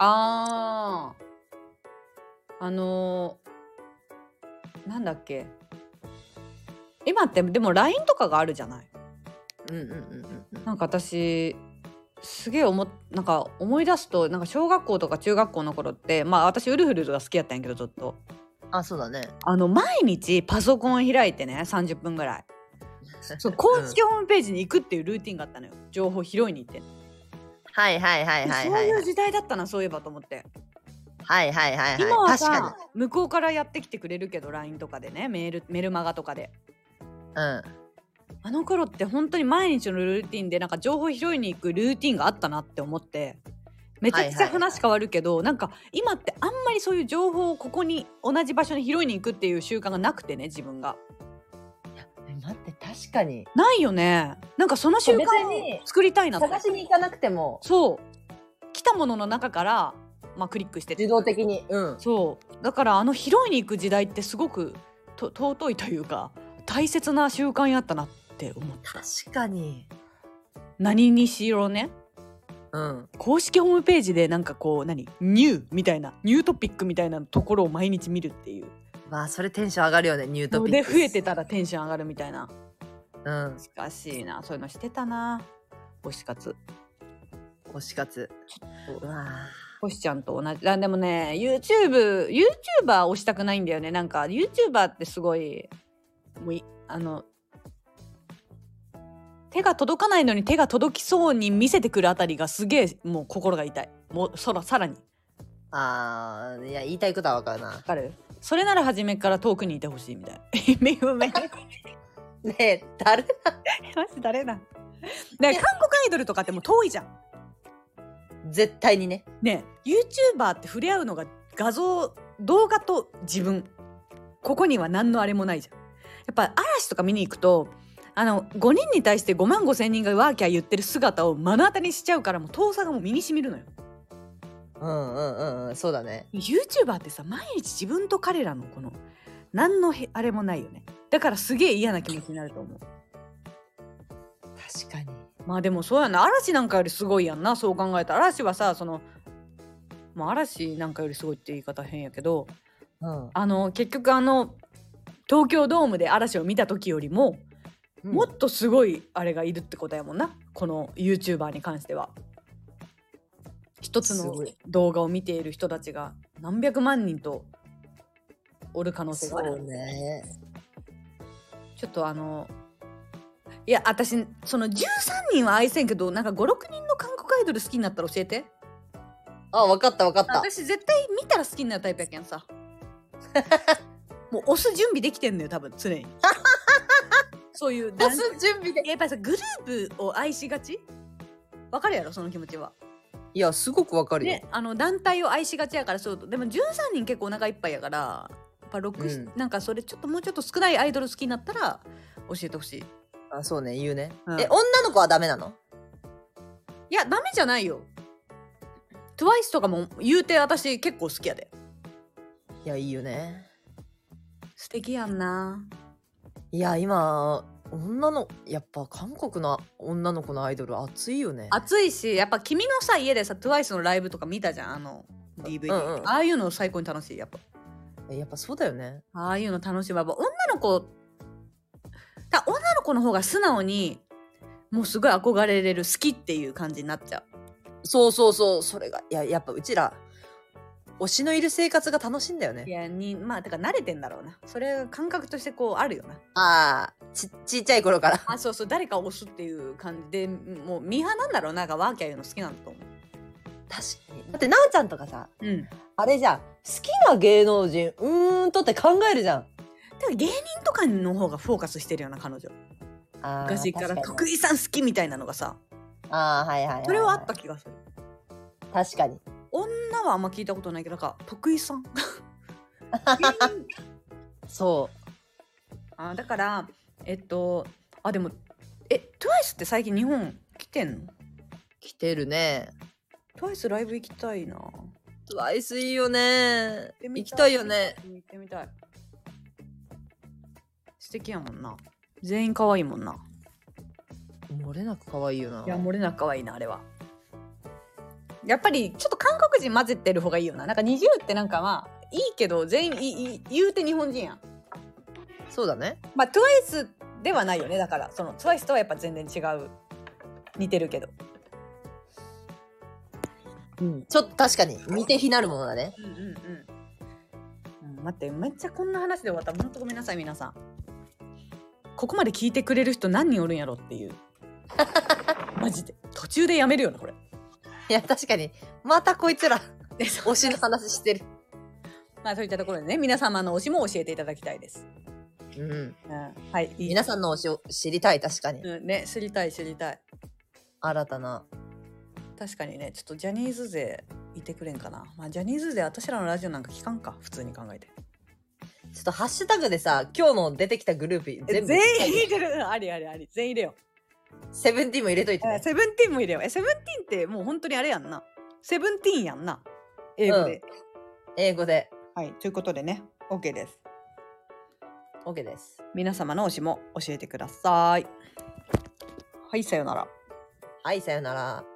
なんだっけ、今ってでも LINE とかがあるじゃない。なんか私すげえなんか思い出すと、なんか小学校とか中学校の頃って、まあ私ウルフルズが好きやったんやけど、ずっとあ、そうだね。 毎日パソコン開いてね、30分ぐらいそう公式ホームページに行くっていうルーティンがあったのよ。情報拾いに行って。 はいはいはいはいそうはい。 いう時代だったな、そういえばと思って。 はいはいはいはい。 今は確かさ、向こうからやってきてくれるけど LINE とかでね、メルマガとかで。 に。 あの頃って本当に毎日のルーティンでなんか情報拾いに行くルーティンがあったなって思って、めちゃくちゃ話変わるけど、なんか今ってあんまりそういう情報をここに同じ場所に拾いに行くっていう習慣がなくてね、自分が。 いや待って、確かにないよね。なんかその習慣を作りたいなって。 探しに行かなくても、 そう来たものの中からまあクリックして自動的に。 そうだから拾いに行く時代ってすごく尊いというか大切な習慣やったなって思った。 確かに。 何にしろね、公式ホームページでなんかこうニューみたいな、ニュートピックみたいなところを毎日見るっていう。 まあそれテンション上がるよね、ニュートピックで増えてたらテンション上がるみたいな。 難しいな、そういうのしてたな。推し活うわ星ちゃんと同じ。でもね、YouTuber 推したくないんだよね。なんか YouTuber ってすごいもう手が届かないのに手が届きそうに見せてくるあたりがすげえもう心が痛い。もうさらに。 いや言いたいことは分かるな。 分かる。それなら初めから遠くにいてほしいみたいな。 ねえ、誰だマジ誰だ。韓国アイドルとかってもう遠いじゃん。 絶対にね。 ねえ、YouTuber って触れ合うのが動画と自分。ここには何のあれもないじゃん。やっぱ嵐とか見に行くと5人に対して5万5千人がワーキャー言ってる姿を目の当たりにしちゃうから、もう遠さがもう身にしみるのよ。 そうだね。 YouTuber ってさ、毎日自分と彼らのこの何のあれもないよね。だからすげえ嫌な気持ちになると思う。 確かに。 まあでもそうやな、嵐なんかよりすごいやんな、そう考えたら。嵐はさ、嵐なんかよりすごいって言い方変やけど、結局東京ドームで嵐を見た時よりも、もっとすごいあれがいるってことやもんな、この YouTuber に関しては。一つの動画を見ている人たちが何百万人とおる可能性がある。 そうね。 ちょっといや私その13人は愛せんけど、なんか5、6人の韓国アイドル好きになったら教えて。 分かった私絶対見たら好きになるタイプやけんさ。もう押す準備できてんのよ多分常に。そういう押す準備で。 やっぱりさ、グループを愛しがち。わかるやろその気持ちは。 いやすごくわかるよ、 ね、団体を愛しがちやから。そうでも13人結構お腹いっぱいやから、やっぱなんかそれもうちょっと少ないアイドル好きになったら教えてほしい。 そうね、言うね、 女の子はダメなの？ いやダメじゃないよ。TWICE とかも言うて私結構好きやで。 いやいいよね。 素敵やんな。 いや今やっぱ韓国の女の子のアイドル熱いよね。 熱いし、やっぱ君のさ家でさ TWICE のライブとか見たじゃん、DVD、ああいうの最高に楽しい。やっぱそうだよね。 ああいうの楽しいわ。女の子の方が素直にもうすごい憧れれる、好きっていう感じになっちゃう。 そうそれがやっぱうちら推しのいる生活が楽しいんだよね。 いやまあてか慣れてんだろうな。それが感覚としてこうあるよな。 ちっちゃい頃からそう誰かを推すっていう感じで、もうミーハーなんだろうな。ワーキャーいうの好きなんだと思う。 確かに。だってなおちゃんとかさ、あれじゃん、好きな芸能人とって考えるじゃん。 だから芸人とかの方がフォーカスしてるような彼女。昔から徳井さん好きみたいなのがさ、それはあった気がする。 確かに。 女はあんま聞いたことないけど、なんか徳井さんそうだからでもTWICE って最近日本来てんの？ 来てるね。 TWICE ライブ行きたいな。 TWICE いいよね。行きたいよね。 行ってみたい。素敵やもんな。全員可愛いもんな。 漏れなく可愛いよな。 いや漏れなく可愛いなあれは。 やっぱりちょっと韓国人混ぜてる方がいいよな。なんか20ってなんかまあいいけど全員言うて日本人やん。 そうだね。 まあ TWICE ではないよね。だからその TWICE とはやっぱ全然違う。似てるけど。 ちょっと確かに似て非なるものだね。 待って、めっちゃこんな話で終わった。ほんとごめんなさい皆さん。ここまで聞いてくれる人何人おるんやろっていう。マジで途中でやめるよなこれ。 いや確かにまたこいつら推しの話してる。 まあそういったところでね、皆様の推しも教えていただきたいです。はい。 皆さんの推しを知りたい。確かに。 ね、知りたい。 新たな。 確かにね、ちょっとジャニーズ勢いてくれんかな。まあジャニーズ勢私らのラジオなんか聞かんか、普通に考えて。 ちょっとハッシュタグでさ、今日の出てきたグループ全員入れてる。あり。全員入れよ。 セブンティーンも入れといてね。 セブンティーンも入れよ。セブンティーンってもう本当にあれやんな。セブンティーンやんな。英語で。 英語で。 はい。ということでね、OK です。 OK です。 皆様の推しも教えてください。はい、さよなら。 はい、さよなら。